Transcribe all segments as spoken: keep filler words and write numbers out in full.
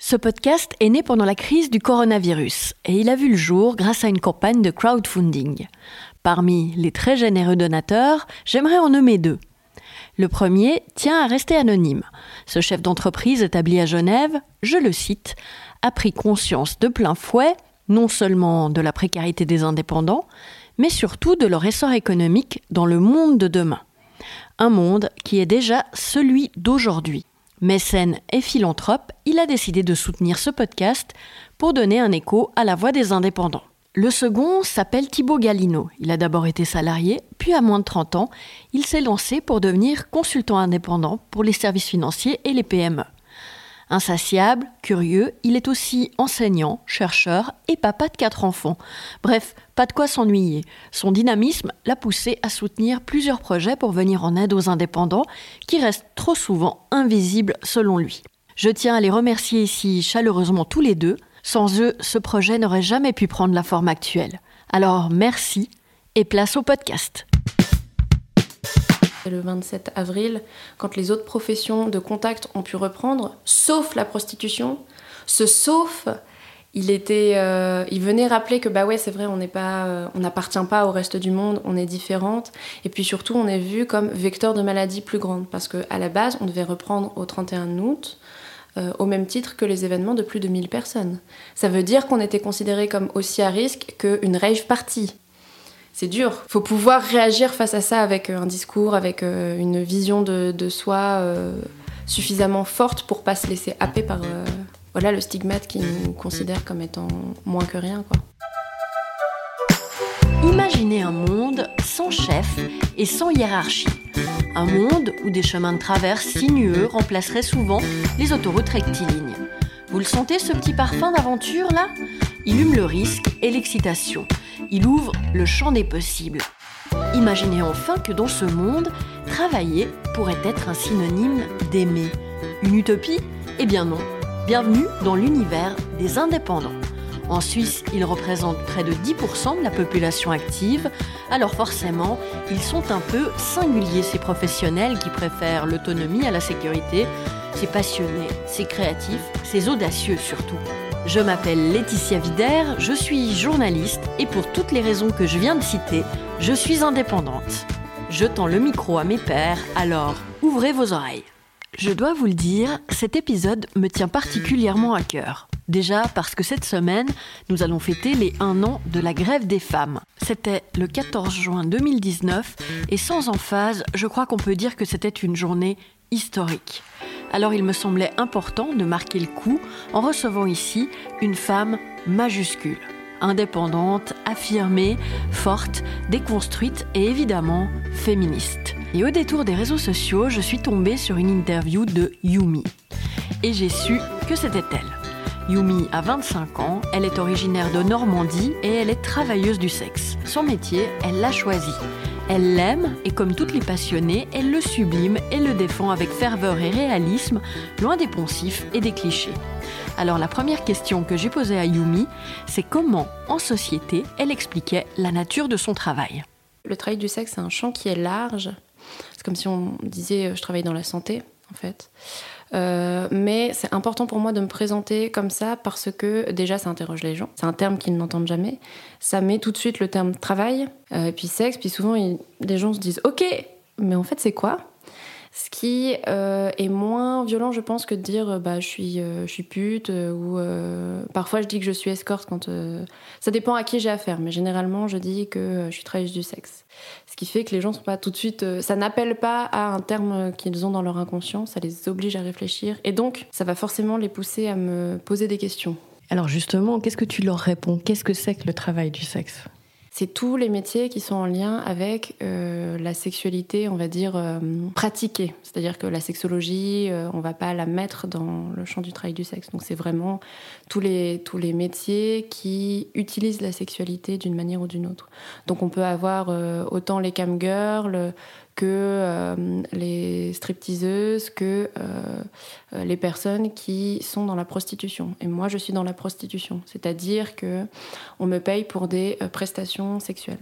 Ce podcast est né pendant la crise du coronavirus et il a vu le jour grâce à une campagne de crowdfunding. Parmi les très généreux donateurs, j'aimerais en nommer deux. Le premier tient à rester anonyme. Ce chef d'entreprise établi à Genève, je le cite, a pris conscience de plein fouet, non seulement de la précarité des indépendants, mais surtout de leur essor économique dans le monde de demain. Un monde qui est déjà celui d'aujourd'hui. Mécène et philanthrope, il a décidé de soutenir ce podcast pour donner un écho à la voix des indépendants. Le second s'appelle Thibaut Galino. Il a d'abord été salarié, puis à moins de trente ans, il s'est lancé pour devenir consultant indépendant pour les services financiers et les P M E. Insatiable, curieux, il est aussi enseignant, chercheur et papa de quatre enfants. Bref, pas de quoi s'ennuyer. Son dynamisme l'a poussé à soutenir plusieurs projets pour venir en aide aux indépendants qui restent trop souvent invisibles selon lui. Je tiens à les remercier ici chaleureusement tous les deux. Sans eux, ce projet n'aurait jamais pu prendre la forme actuelle. Alors merci et place au podcast. Le vingt-sept avril, quand les autres professions de contact ont pu reprendre, sauf la prostitution, ce sauf, il était, euh, il venait rappeler que bah ouais, c'est vrai, on n'est pas, euh, on n'appartient pas au reste du monde, on est différente, et puis surtout, on est vu comme vecteur de maladies plus grandes, parce que à la base, on devait reprendre au trente et un août. Euh, au même titre que les événements de plus de mille personnes. Ça veut dire qu'on était considéré comme aussi à risque qu'une rave party. C'est dur. Il faut pouvoir réagir face à ça avec un discours, avec une vision de, de soi euh, suffisamment forte pour pas se laisser happer par euh, voilà, le stigmate qui nous considère comme étant moins que rien, quoi. Imaginez un monde sans chef et sans hiérarchie. Un monde où des chemins de traverse sinueux remplaceraient souvent les autoroutes rectilignes. Vous le sentez, ce petit parfum d'aventure là ? Il hume le risque et l'excitation. Il ouvre le champ des possibles. Imaginez enfin que dans ce monde, travailler pourrait être un synonyme d'aimer. Une utopie ? Eh bien non. Bienvenue dans l'univers des indépendants. En Suisse, ils représentent près de dix pour cent de la population active, alors forcément, ils sont un peu singuliers, ces professionnels qui préfèrent l'autonomie à la sécurité. C'est passionné, c'est créatif, c'est audacieux surtout. Je m'appelle Laetitia Vider, je suis journaliste et pour toutes les raisons que je viens de citer, je suis indépendante. Je tends le micro à mes pairs, alors ouvrez vos oreilles. Je dois vous le dire, cet épisode me tient particulièrement à cœur. Déjà parce que cette semaine, nous allons fêter les un an de la grève des femmes. C'était le quatorze juin deux mille dix-neuf et sans emphase, je crois qu'on peut dire que c'était une journée historique. Alors il me semblait important de marquer le coup en recevant ici une femme majuscule. Indépendante, affirmée, forte, déconstruite et évidemment féministe. Et au détour des réseaux sociaux, je suis tombée sur une interview de Yumi. Et j'ai su que c'était elle. Yumi a vingt-cinq ans, elle est originaire de Normandie et elle est travailleuse du sexe. Son métier, elle l'a choisi. Elle l'aime et comme toutes les passionnées, elle le sublime et le défend avec ferveur et réalisme, loin des poncifs et des clichés. Alors la première question que j'ai posée à Yumi, c'est comment, en société, elle expliquait la nature de son travail. Le travail du sexe, c'est un champ qui est large. C'est comme si on disait « je travaille dans la santé », en fait. Euh, mais c'est important pour moi de me présenter comme ça parce que déjà ça interroge les gens, c'est un terme qu'ils n'entendent jamais, ça met tout de suite le terme travail, euh, et puis sexe, puis souvent il, les gens se disent ok, mais en fait c'est quoi ? Ce qui euh, est moins violent, je pense, que de dire bah, je, suis, euh, je suis pute euh, ou euh, parfois je dis que je suis escorte quand euh, ça dépend à qui j'ai affaire, mais généralement je dis que euh, je suis travailleuse du sexe. Ce qui fait que les gens sont pas tout de suite, euh, ça n'appelle pas à un terme qu'ils ont dans leur inconscient, ça les oblige à réfléchir et donc ça va forcément les pousser à me poser des questions. Alors justement, qu'est-ce que tu leur réponds ? Qu'est-ce que c'est que le travail du sexe ? C'est tous les métiers qui sont en lien avec euh, la sexualité, on va dire, euh, pratiquée. C'est-à-dire que la sexologie, euh, on ne va pas la mettre dans le champ du travail du sexe. Donc c'est vraiment tous les, tous les métiers qui utilisent la sexualité d'une manière ou d'une autre. Donc on peut avoir euh, autant les camgirls que euh, les stripteaseuses, que euh, les personnes qui sont dans la prostitution. Et moi, je suis dans la prostitution. C'est-à-dire qu'on me paye pour des euh, prestations sexuelles.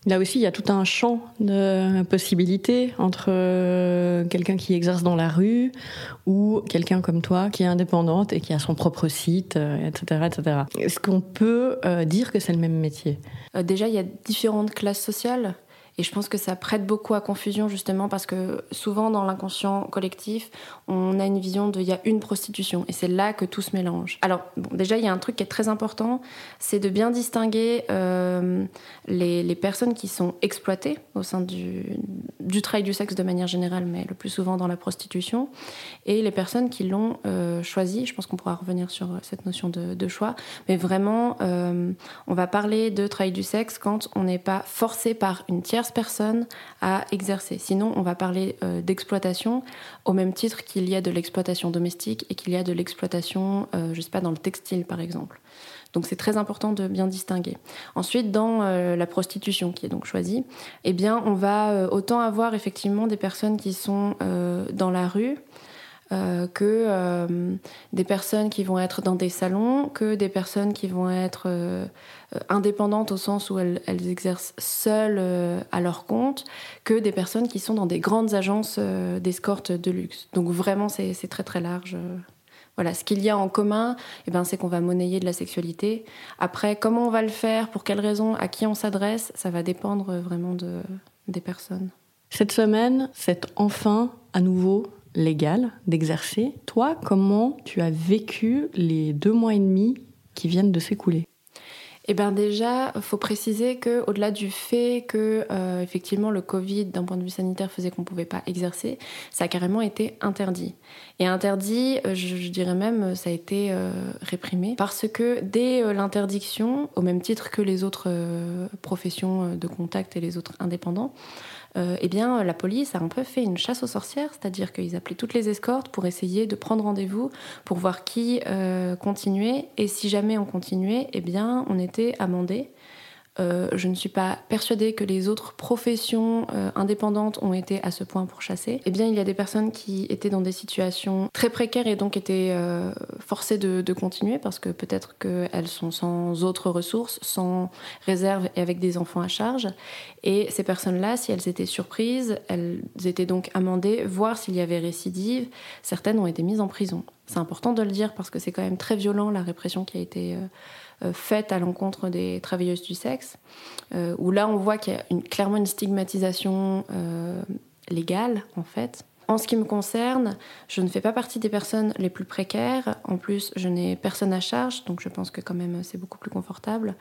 Là aussi, il y a tout un champ de possibilités entre euh, quelqu'un qui exerce dans la rue ou quelqu'un comme toi qui est indépendante et qui a son propre site, euh, et cetera, et cetera. Est-ce qu'on peut euh, dire que c'est le même métier ? euh, Déjà, il y a différentes classes sociales. Et je pense que ça prête beaucoup à confusion, justement, parce que souvent, dans l'inconscient collectif, on a une vision de « il y a une prostitution ». Et c'est là que tout se mélange. Alors, bon, déjà, il y a un truc qui est très important, c'est de bien distinguer euh, les, les personnes qui sont exploitées au sein du, du travail du sexe de manière générale, mais le plus souvent dans la prostitution, et les personnes qui l'ont euh, choisi. Je pense qu'on pourra revenir sur cette notion de, de choix. Mais vraiment, euh, on va parler de travail du sexe quand on n'est pas forcé par une tierce personne à exercer. Sinon, on va parler euh, d'exploitation au même titre qu'il y a de l'exploitation domestique et qu'il y a de l'exploitation, euh, je sais pas, dans le textile par exemple. Donc c'est très important de bien distinguer. Ensuite, dans euh, la prostitution qui est donc choisie, eh bien, on va euh, autant avoir effectivement des personnes qui sont euh, dans la rue, Euh, que euh, des personnes qui vont être dans des salons, que des personnes qui vont être euh, indépendantes au sens où elles, elles exercent seules euh, à leur compte, que des personnes qui sont dans des grandes agences euh, d'escorte de luxe. Donc vraiment, c'est, c'est très très large. Voilà, ce qu'il y a en commun, eh ben, c'est qu'on va monnayer de la sexualité. Après, comment on va le faire, pour quelles raisons, à qui on s'adresse, ça va dépendre vraiment de, des personnes. Cette semaine, c'est enfin à nouveau légal d'exercer. Toi, comment tu as vécu les deux mois et demi qui viennent de s'écouler ? Eh bien déjà, il faut préciser qu'au-delà du fait que euh, effectivement le Covid, d'un point de vue sanitaire, faisait qu'on ne pouvait pas exercer, ça a carrément été interdit. Et interdit, je, je dirais même, ça a été euh, réprimé, parce que dès euh, l'interdiction, au même titre que les autres euh, professions de contact et les autres indépendants, Euh, eh bien, la police a un peu fait une chasse aux sorcières, c'est-à-dire qu'ils appelaient toutes les escortes pour essayer de prendre rendez-vous, pour voir qui euh, continuait. Et si jamais on continuait, eh bien, on était amendé. Euh, je ne suis pas persuadée que les autres professions euh, indépendantes ont été à ce point pourchassées. Eh bien, il y a des personnes qui étaient dans des situations très précaires et donc étaient euh, forcées de, de continuer parce que peut-être qu'elles sont sans autres ressources, sans réserve et avec des enfants à charge. Et ces personnes-là, si elles étaient surprises, elles étaient donc amendées, voir s'il y avait récidive. Certaines ont été mises en prison. C'est important de le dire parce que c'est quand même très violent la répression qui a été euh, faite à l'encontre des travailleuses du sexe, euh, où là on voit qu'il y a une, clairement une stigmatisation euh, légale en fait. En ce qui me concerne, je ne fais pas partie des personnes les plus précaires. En plus, je n'ai personne à charge, donc je pense que quand même c'est beaucoup plus confortable.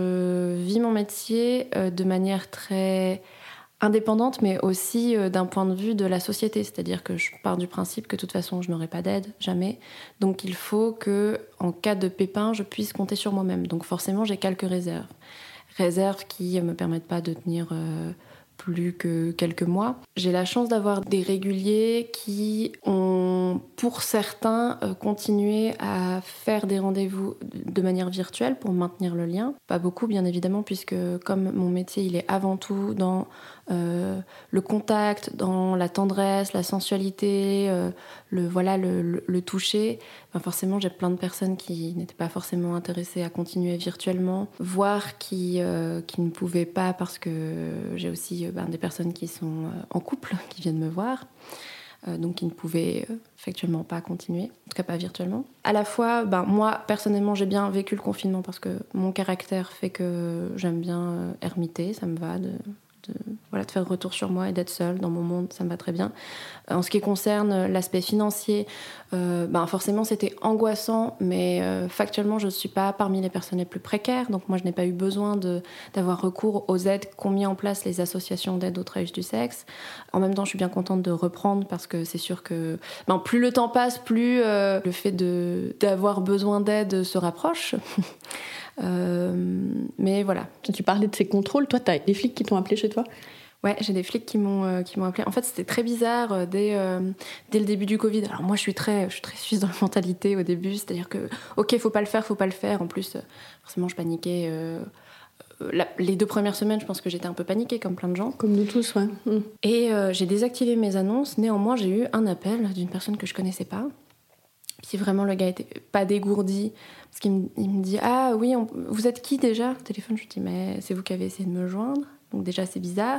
Je vis mon métier euh, de manière très indépendante, mais aussi euh, d'un point de vue de la société. C'est-à-dire que je pars du principe que de toute façon, je n'aurai pas d'aide, jamais. Donc il faut que, en cas de pépin, je puisse compter sur moi-même. Donc forcément, j'ai quelques réserves. Réserves qui ne me permettent pas de tenir euh, plus que quelques mois. J'ai la chance d'avoir des réguliers qui ont, pour certains, euh, continué à faire des rendez-vous de manière virtuelle pour maintenir le lien. Pas beaucoup, bien évidemment, puisque comme mon métier, il est avant tout dans euh, le contact, dans la tendresse, la sensualité, euh, le, voilà, le, le, le toucher. Ben forcément, j'ai plein de personnes qui n'étaient pas forcément intéressées à continuer virtuellement, voire qui, euh, qui ne pouvaient pas parce que j'ai aussi euh, ben, des personnes qui sont euh, en couple, qui viennent me voir, euh, donc qui ne pouvaient euh, effectivement pas continuer, en tout cas pas virtuellement. À la fois, ben, moi, personnellement, j'ai bien vécu le confinement parce que mon caractère fait que j'aime bien euh, ermiter, ça me va de... De, voilà, de faire retour sur moi et d'être seule dans mon monde, ça me va très bien. En ce qui concerne l'aspect financier, euh, ben forcément c'était angoissant, mais euh, factuellement je ne suis pas parmi les personnes les plus précaires, donc moi je n'ai pas eu besoin de, d'avoir recours aux aides qu'ont mis en place les associations d'aide aux travailleuses du sexe. En même temps je suis bien contente de reprendre parce que c'est sûr que ben, plus le temps passe, plus euh, le fait de, d'avoir besoin d'aide se rapproche. Euh, mais voilà. Tu parlais de ces contrôles. Toi, t'as des flics qui t'ont appelé chez toi ? Ouais, j'ai des flics qui m'ont euh, qui m'ont appelé. En fait, c'était très bizarre euh, dès euh, dès le début du Covid. Alors moi, je suis très je suis très suisse dans la mentalité au début, c'est-à-dire que ok, faut pas le faire, faut pas le faire. En plus, euh, forcément, je paniquais. Euh, la, les deux premières semaines, je pense que j'étais un peu paniquée, comme plein de gens. Comme nous tous, ouais. Mm. Et euh, j'ai désactivé mes annonces. Néanmoins, j'ai eu un appel d'une personne que je connaissais pas. Si vraiment le gars était pas dégourdi, parce qu'il me, il me dit « Ah oui, on, vous êtes qui déjà ?» Au téléphone, je lui dis « Mais c'est vous qui avez essayé de me joindre ?» Donc déjà, c'est bizarre.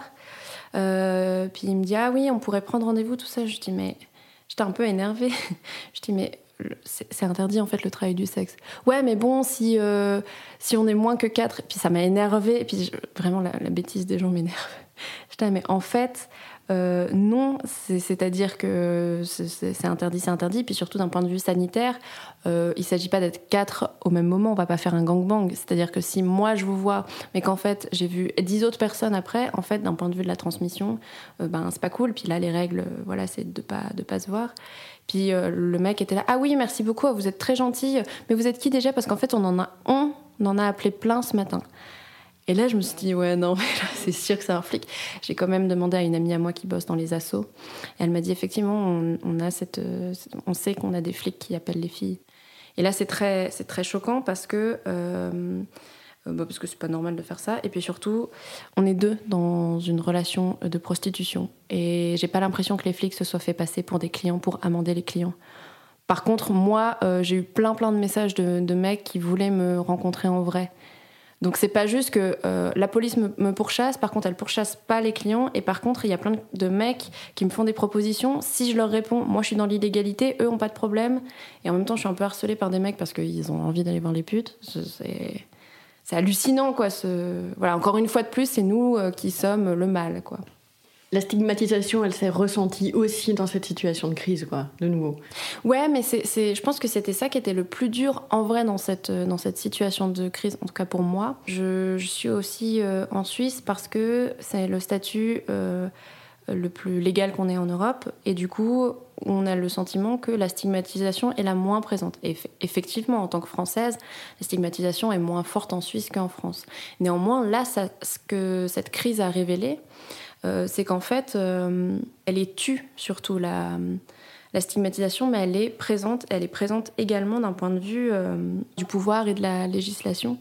Euh, puis il me dit, ah oui, on pourrait prendre rendez-vous, tout ça. Je dis, mais j'étais un peu énervée. Je dis, mais c'est, c'est interdit, en fait, le travail du sexe. Ouais, mais bon, si, euh, si on est moins que quatre... Et puis ça m'a énervée. Et puis je, vraiment, la, la bêtise des gens m'énerve. Je dis, mais en fait... Euh, non, c'est, c'est-à-dire que c'est, c'est interdit, c'est interdit. Puis surtout d'un point de vue sanitaire, euh, il ne s'agit pas d'être quatre au même moment. On ne va pas faire un gangbang. C'est-à-dire que si moi je vous vois, mais qu'en fait j'ai vu dix autres personnes après, en fait d'un point de vue de la transmission, euh, ben c'est pas cool. Puis là les règles, euh, voilà, c'est de pas de pas se voir. Puis euh, le mec était là, ah oui, merci beaucoup, vous êtes très gentil. Mais vous êtes qui déjà ? Parce qu'en fait on en a on, on en a appelé plein ce matin. Et là, je me suis dit, ouais, non, mais là, c'est sûr que c'est un flic. J'ai quand même demandé à une amie à moi qui bosse dans les assos. Elle m'a dit, effectivement, on, on, a cette, on sait qu'on a des flics qui appellent les filles. Et là, c'est très, c'est très choquant parce que, euh, bah parce que c'est pas normal de faire ça. Et puis surtout, on est deux dans une relation de prostitution. Et j'ai pas l'impression que les flics se soient fait passer pour des clients pour amender les clients. Par contre, moi, euh, j'ai eu plein, plein de messages de, de mecs qui voulaient me rencontrer en vrai. Donc c'est pas juste que euh, la police me, me pourchasse, par contre elle pourchasse pas les clients, et par contre il y a plein de mecs qui me font des propositions, si je leur réponds, moi je suis dans l'illégalité, eux ont pas de problème, et en même temps je suis un peu harcelée par des mecs parce qu'ils ont envie d'aller voir les putes. C'est, c'est hallucinant quoi. Ce... Voilà, encore une fois de plus, c'est nous euh, qui sommes le mal quoi. La stigmatisation, elle s'est ressentie aussi dans cette situation de crise, quoi, de nouveau. Ouais, mais c'est, c'est, je pense que c'était ça qui était le plus dur, en vrai, dans cette, dans cette situation de crise, en tout cas pour moi. Je, je suis aussi euh, en Suisse parce que c'est le statut euh, le plus légal qu'on ait en Europe, et du coup, on a le sentiment que la stigmatisation est la moins présente. Et effectivement, en tant que Française, la stigmatisation est moins forte en Suisse qu'en France. Néanmoins, là, ça, ce que cette crise a révélé, Euh, c'est qu'en fait, euh, elle est tue, surtout la, la stigmatisation, mais elle est présente, elle est présente également d'un point de vue euh, du pouvoir et de la législation.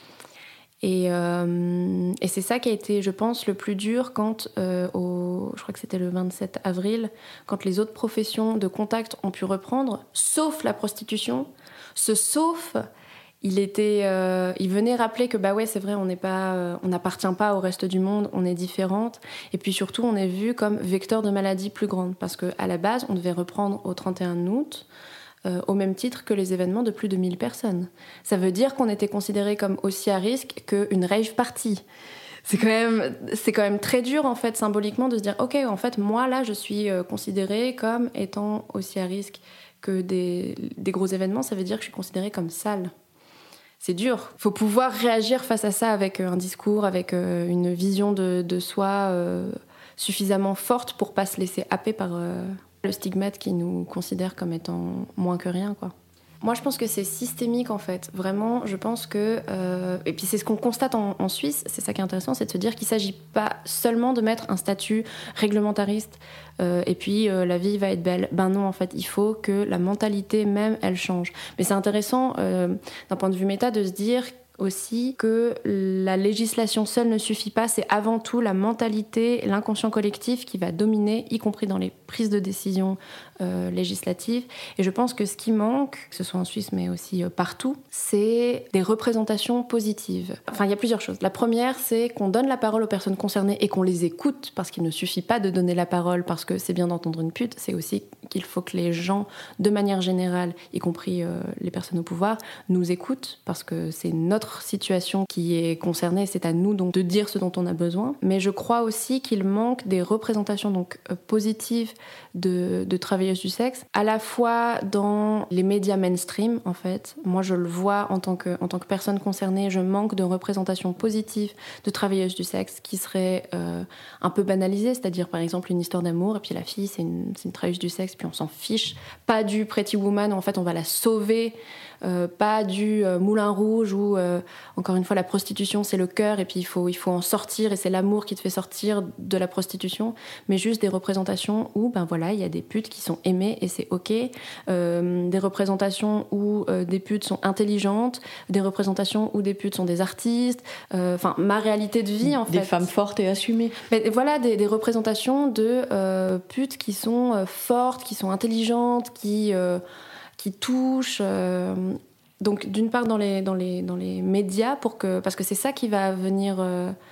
Et, euh, et c'est ça qui a été, je pense, le plus dur quand, euh, au, je crois que c'était le vingt-sept avril, quand les autres professions de contact ont pu reprendre, sauf la prostitution. Ce sauf... Il, était, euh, il venait rappeler que bah ouais, c'est vrai, on n'est pas, euh, on n'appartient pas au reste du monde, on est différente. Et puis surtout, on est vu comme vecteur de maladies plus grandes. Parce qu'à la base, on devait reprendre au trente et un août, euh, au même titre que les événements de plus de mille personnes. Ça veut dire qu'on était considéré comme aussi à risque qu'une rave party. C'est quand même, c'est quand même très dur, en fait, symboliquement, de se dire, OK, en fait, moi, là, je suis considérée comme étant aussi à risque que des, des gros événements. Ça veut dire que je suis considérée comme sale. C'est dur. Il faut pouvoir réagir face à ça avec un discours, avec une vision de, de soi euh, suffisamment forte pour pas se laisser happer par euh, le stigmate qui nous considère comme étant moins que rien, quoi. Moi, je pense que c'est systémique, en fait. Vraiment, je pense que... Euh, et puis, c'est ce qu'on constate en, en Suisse, c'est ça qui est intéressant, c'est de se dire qu'il ne s'agit pas seulement de mettre un statut réglementariste euh, et puis euh, la vie va être belle. Ben non, en fait, il faut que la mentalité même, elle change. Mais c'est intéressant, euh, d'un point de vue méta, de se dire aussi que la législation seule ne suffit pas, c'est avant tout la mentalité, l'inconscient collectif qui va dominer, y compris dans les prises de décision euh, législatives. Et je pense que ce qui manque, que ce soit en Suisse mais aussi euh, partout, c'est des représentations positives. Enfin, il y a plusieurs choses. La première, c'est qu'on donne la parole aux personnes concernées et qu'on les écoute, parce qu'il ne suffit pas de donner la parole parce que c'est bien d'entendre une pute, c'est aussi qu'il faut que les gens, de manière générale, y compris euh, les personnes au pouvoir, nous écoutent, parce que c'est notre situation qui est concernée, c'est à nous donc de dire ce dont on a besoin. Mais je crois aussi qu'il manque des représentations donc euh, positives de, de travailleuses du sexe, à la fois dans les médias mainstream, en fait. Moi, je le vois en tant que, en tant que personne concernée, je manque de représentations positives de travailleuses du sexe qui seraient euh, un peu banalisées, c'est-à-dire par exemple une histoire d'amour, et puis la fille, c'est une, c'est une travailleuse du sexe, puis on s'en fiche. Pas du Pretty Woman, en fait, on va la sauver. Euh, pas du euh, Moulin Rouge où, euh, encore une fois, la prostitution, c'est le cœur et puis il faut, il faut en sortir et c'est l'amour qui te fait sortir de la prostitution, mais juste des représentations où, ben voilà, il y a des putes qui sont aimées et c'est OK, euh, des représentations où euh, des putes sont intelligentes, des représentations où des putes sont des artistes, enfin, euh, ma réalité de vie, en des fait. Des femmes fortes et assumées. Mais voilà, des, des représentations de euh, putes qui sont euh, fortes, qui sont intelligentes, qui... Euh, qui touche euh, donc d'une part dans les, dans, les, dans les médias pour que, parce que c'est ça qui va venir euh,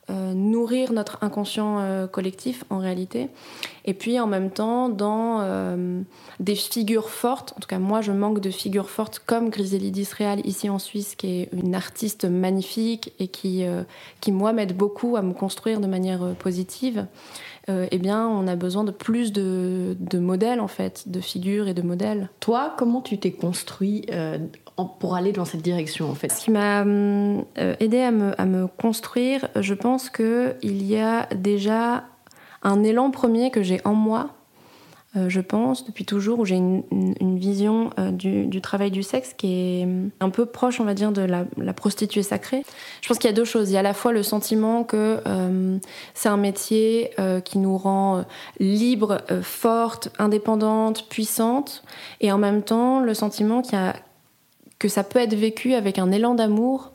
euh, nourrir notre inconscient euh, collectif en réalité. Et puis en même temps, dans euh, des figures fortes, en tout cas moi je manque de figures fortes comme Griselidis Real ici en Suisse, qui est une artiste magnifique et qui, euh, qui moi m'aide beaucoup à me construire de manière euh, positive. Euh, eh bien, on a besoin de plus de, de modèles, en fait, de figures et de modèles. Toi, comment tu t'es construit euh, en, pour aller dans cette direction, en fait? Ce qui m'a euh, aidé à me, à me construire, je pense qu'il y a déjà un élan premier que j'ai en moi, euh, je pense, depuis toujours, où j'ai une, une, une vision euh, du, du travail du sexe qui est un peu proche, on va dire, de la, la prostituée sacrée. Je pense qu'il y a deux choses. Il y a à la fois le sentiment que euh, c'est un métier euh, qui nous rend euh, libres, euh, fortes, indépendantes, puissantes, et en même temps, le sentiment qu'il y a, que ça peut être vécu avec un élan d'amour,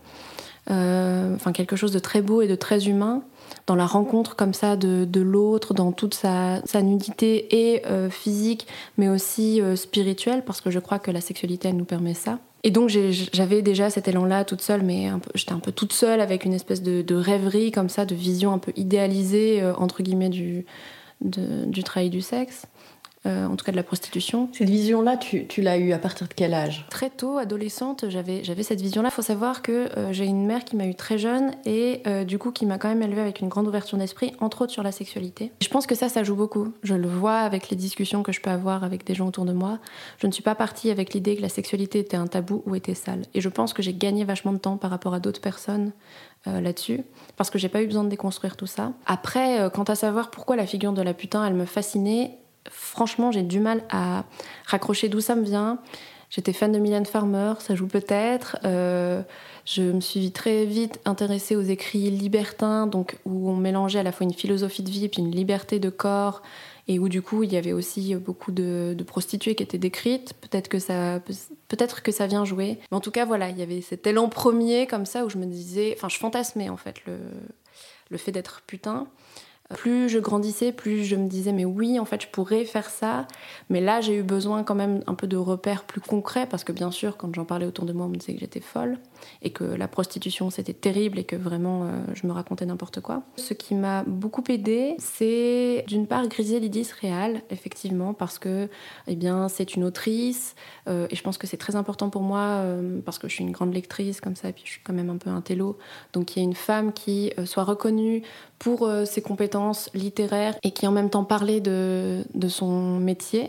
euh, enfin quelque chose de très beau et de très humain, dans la rencontre comme ça de, de l'autre, dans toute sa, sa nudité et euh, physique, mais aussi euh, spirituelle, parce que je crois que la sexualité, elle nous permet ça. Et donc j'ai, j'avais déjà cet élan-là toute seule, mais un peu, j'étais un peu toute seule avec une espèce de, de rêverie comme ça, de vision un peu idéalisée, euh, entre guillemets, du, de, du travail du sexe. Euh, en tout cas de la prostitution. Cette vision-là, tu, tu l'as eue à partir de quel âge? Très tôt, adolescente, j'avais, j'avais cette vision-là. Il faut savoir que euh, j'ai une mère qui m'a eue très jeune et euh, du coup qui m'a quand même élevée avec une grande ouverture d'esprit, entre autres sur la sexualité. Je pense que ça, ça joue beaucoup. Je le vois avec les discussions que je peux avoir avec des gens autour de moi. Je ne suis pas partie avec l'idée que la sexualité était un tabou ou était sale. Et je pense que j'ai gagné vachement de temps par rapport à d'autres personnes euh, là-dessus, parce que j'ai pas eu besoin de déconstruire tout ça. Après, euh, quant à savoir pourquoi la figure de la putain, elle me fascinait, franchement, j'ai du mal à raccrocher d'où ça me vient. J'étais fan de Mylène Farmer, ça joue peut-être. Euh, je me suis très vite intéressée aux écrits libertins, donc où on mélangeait à la fois une philosophie de vie et puis une liberté de corps, et où du coup il y avait aussi beaucoup de, de prostituées qui étaient décrites. Peut-être que ça, peut-être que ça vient jouer. Mais en tout cas, voilà, il y avait cet élan premier comme ça où je me disais, enfin, je fantasmais en fait le, le fait d'être putain. Plus je grandissais, plus je me disais mais oui, en fait, je pourrais faire ça. Mais là, j'ai eu besoin quand même un peu de repères plus concrets parce que bien sûr, quand j'en parlais autour de moi, on me disait que j'étais folle et que la prostitution, c'était terrible et que vraiment, euh, je me racontais n'importe quoi. Ce qui m'a beaucoup aidée, c'est d'une part Griselidis Real, effectivement, parce que eh bien, c'est une autrice euh, et je pense que c'est très important pour moi euh, parce que je suis une grande lectrice comme ça et puis je suis quand même un peu un télo. Donc il y a une femme qui euh, soit reconnue pour euh, ses compétences littéraires et qui en même temps parlait de, de son métier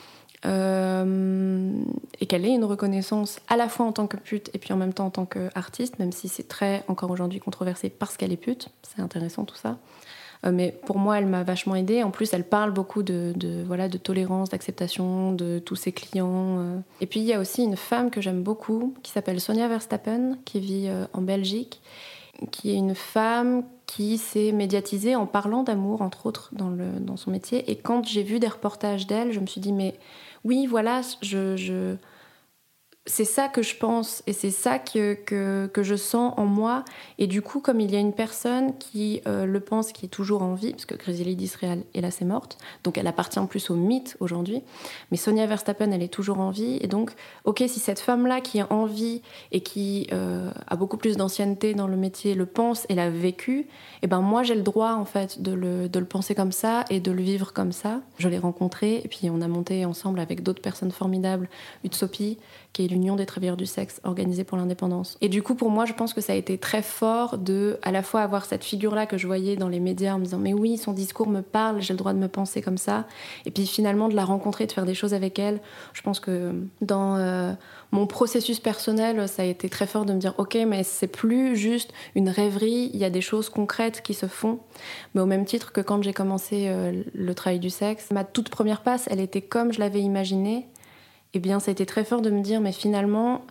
euh, et qu'elle ait une reconnaissance à la fois en tant que pute et puis en même temps en tant qu'artiste, même si c'est très encore aujourd'hui controversé parce qu'elle est pute, c'est intéressant tout ça. Euh, mais pour moi, elle m'a vachement aidée. En plus, elle parle beaucoup de, de, voilà, de tolérance, d'acceptation de tous ses clients. Euh. Et puis, il y a aussi une femme que j'aime beaucoup qui s'appelle Sonja Verstappen, qui vit euh, en Belgique, qui est une femme qui s'est médiatisée en parlant d'amour, entre autres, dans, le, dans son métier. Et quand j'ai vu des reportages d'elle, je me suis dit, mais oui, voilà, je, je, c'est ça que je pense et c'est ça que, que, que je sens en moi. Et du coup, comme il y a une personne qui euh, le pense, qui est toujours en vie, parce que Griselidis Real, hélas, est morte, donc elle appartient plus au mythe aujourd'hui, mais Sonja Verstappen, elle est toujours en vie. Et donc, ok, si cette femme-là qui est en vie et qui euh, a beaucoup plus d'ancienneté dans le métier le pense et l'a vécu, et ben moi, j'ai le droit, en fait, de le, de le penser comme ça et de le vivre comme ça. Je l'ai rencontré et puis on a monté ensemble avec d'autres personnes formidables, Utsopi, qui est l'Union des travailleurs du sexe organisée pour l'indépendance. Et du coup, pour moi, je pense que ça a été très fort de, à la fois, avoir cette figure-là que je voyais dans les médias en me disant « mais oui, son discours me parle, j'ai le droit de me penser comme ça », et puis finalement de la rencontrer, de faire des choses avec elle. Je pense que dans euh, mon processus personnel, ça a été très fort de me dire « ok, mais c'est plus juste une rêverie, il y a des choses concrètes qui se font ». Mais au même titre que quand j'ai commencé euh, le travail du sexe, ma toute première passe, elle était comme je l'avais imaginée. Eh bien, ça a été très fort de me dire, mais finalement,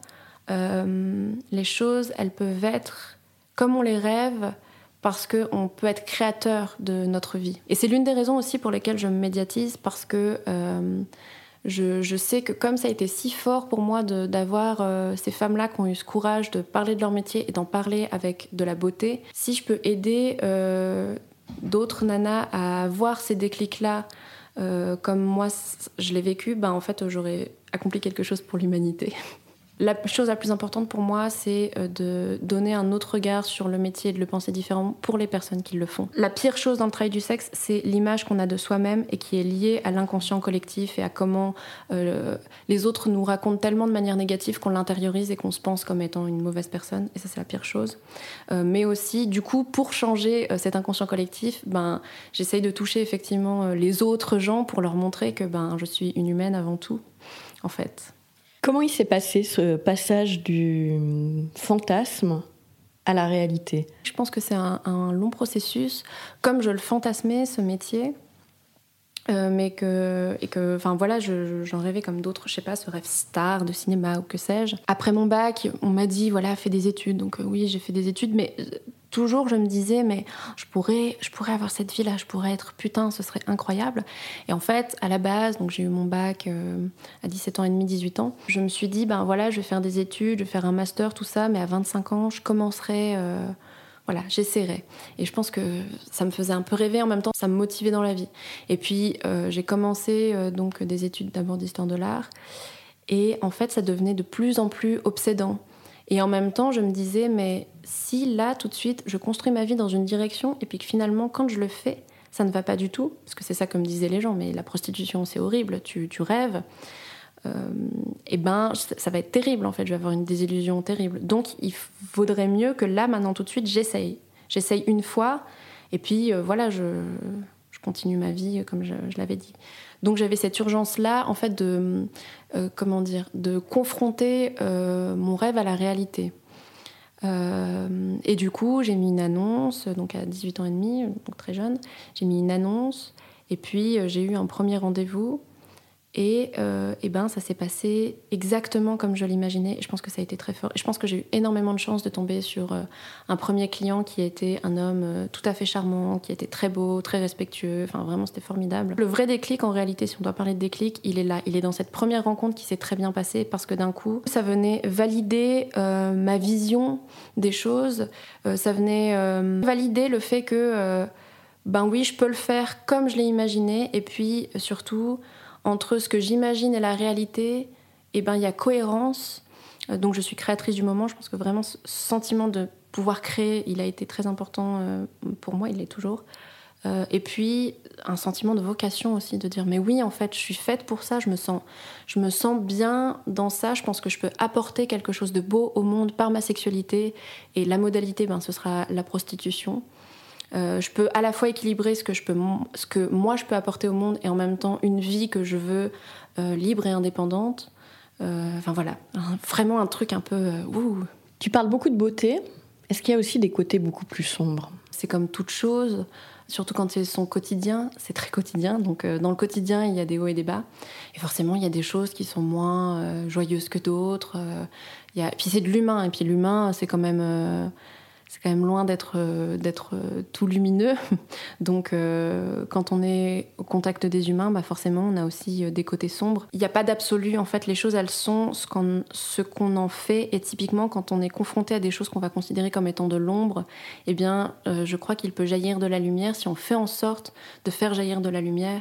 euh, les choses, elles peuvent être comme on les rêve, parce qu'on peut être créateur de notre vie. Et c'est l'une des raisons aussi pour lesquelles je me médiatise, parce que euh, je, je sais que comme ça a été si fort pour moi de, d'avoir euh, ces femmes-là qui ont eu ce courage de parler de leur métier et d'en parler avec de la beauté, si je peux aider euh, d'autres nanas à avoir ces déclics-là, Euh, comme moi je l'ai vécu, ben en fait j'aurais accompli quelque chose pour l'humanité. La chose la plus importante pour moi, c'est de donner un autre regard sur le métier et de le penser différemment pour les personnes qui le font. La pire chose dans le travail du sexe, c'est l'image qu'on a de soi-même et qui est liée à l'inconscient collectif et à comment euh, les autres nous racontent tellement de manière négative qu'on l'intériorise et qu'on se pense comme étant une mauvaise personne. Et ça, c'est la pire chose. Euh, mais aussi, du coup, pour changer euh, cet inconscient collectif, ben, j'essaye de toucher effectivement euh, les autres gens pour leur montrer que ben, je suis une humaine avant tout, en fait. Comment il s'est passé ce passage du fantasme à la réalité ? Je pense que c'est un, un long processus. Comme je le fantasmais, ce métier, euh, mais que, et que, enfin voilà, je, j'en rêvais comme d'autres, je sais pas, ce rêve star de cinéma ou que sais-je. Après mon bac, on m'a dit, voilà, fais des études. Donc euh, oui, j'ai fait des études, mais toujours je me disais, mais je pourrais, je pourrais avoir cette vie-là, je pourrais être putain, ce serait incroyable. Et en fait, à la base, donc j'ai eu mon bac euh, à dix-sept ans et demi, dix-huit ans, je me suis dit, ben voilà, je vais faire des études, je vais faire un master, tout ça, mais à vingt-cinq ans, je commencerai, euh, voilà, j'essaierai. Et je pense que ça me faisait un peu rêver, en même temps, ça me motivait dans la vie. Et puis, euh, j'ai commencé euh, donc des études d'abord d'histoire de l'art, et en fait, ça devenait de plus en plus obsédant. Et en même temps, je me disais, mais si là, tout de suite, je construis ma vie dans une direction, et puis que finalement, quand je le fais, ça ne va pas du tout, parce que c'est ça que me disaient les gens, mais la prostitution, c'est horrible, tu, tu rêves, euh, et ben, ça va être terrible, en fait, je vais avoir une désillusion terrible. Donc, il vaudrait mieux que là, maintenant, tout de suite, j'essaye. J'essaye une fois, et puis euh, voilà, je, je continue ma vie, comme je, je l'avais dit. Donc j'avais cette urgence-là, en fait, de, euh, comment dire, de confronter euh, mon rêve à la réalité. Euh, et du coup, j'ai mis une annonce, donc à dix-huit ans et demi, donc très jeune, j'ai mis une annonce, et puis euh, j'ai eu un premier rendez-vous, et, euh, et ben ça s'est passé exactement comme je l'imaginais, et je pense que ça a été très fort. Et je pense que j'ai eu énormément de chance de tomber sur euh, un premier client qui était un homme euh, tout à fait charmant, qui était très beau, très respectueux, enfin vraiment c'était formidable. Le vrai déclic, en réalité, si on doit parler de déclic, il est là, il est dans cette première rencontre qui s'est très bien passée, parce que d'un coup, ça venait valider euh, ma vision des choses, euh, ça venait euh, valider le fait que, euh, ben oui, je peux le faire comme je l'ai imaginé, et puis surtout, entre ce que j'imagine et la réalité, eh ben, il y a cohérence. Donc je suis créatrice du moment. Je pense que vraiment ce sentiment de pouvoir créer, il a été très important pour moi, il l'est toujours. Et puis un sentiment de vocation aussi, de dire mais oui, en fait, je suis faite pour ça, je me sens, je me sens bien dans ça. Je pense que je peux apporter quelque chose de beau au monde par ma sexualité. Et la modalité, ben, ce sera la prostitution. Euh, je peux à la fois équilibrer ce que, je peux, ce que moi je peux apporter au monde et en même temps une vie que je veux euh, libre et indépendante. Euh, enfin voilà, un, vraiment un truc un peu... Euh, ouh. Tu parles beaucoup de beauté. Est-ce qu'il y a aussi des côtés beaucoup plus sombres ? C'est comme toute chose, surtout quand c'est son quotidien, c'est très quotidien. Donc euh, dans le quotidien, il y a des hauts et des bas. Et forcément, il y a des choses qui sont moins euh, joyeuses que d'autres. Euh, il y a... Puis c'est de l'humain, et puis l'humain, c'est quand même... Euh... C'est quand même loin d'être, euh, d'être euh, tout lumineux. Donc, euh, quand on est au contact des humains, bah forcément, on a aussi euh, des côtés sombres. Il n'y a pas d'absolu. En fait, les choses, elles sont ce qu'on, ce qu'on en fait. Et typiquement, quand on est confronté à des choses qu'on va considérer comme étant de l'ombre, eh bien, euh, je crois qu'il peut jaillir de la lumière si on fait en sorte de faire jaillir de la lumière.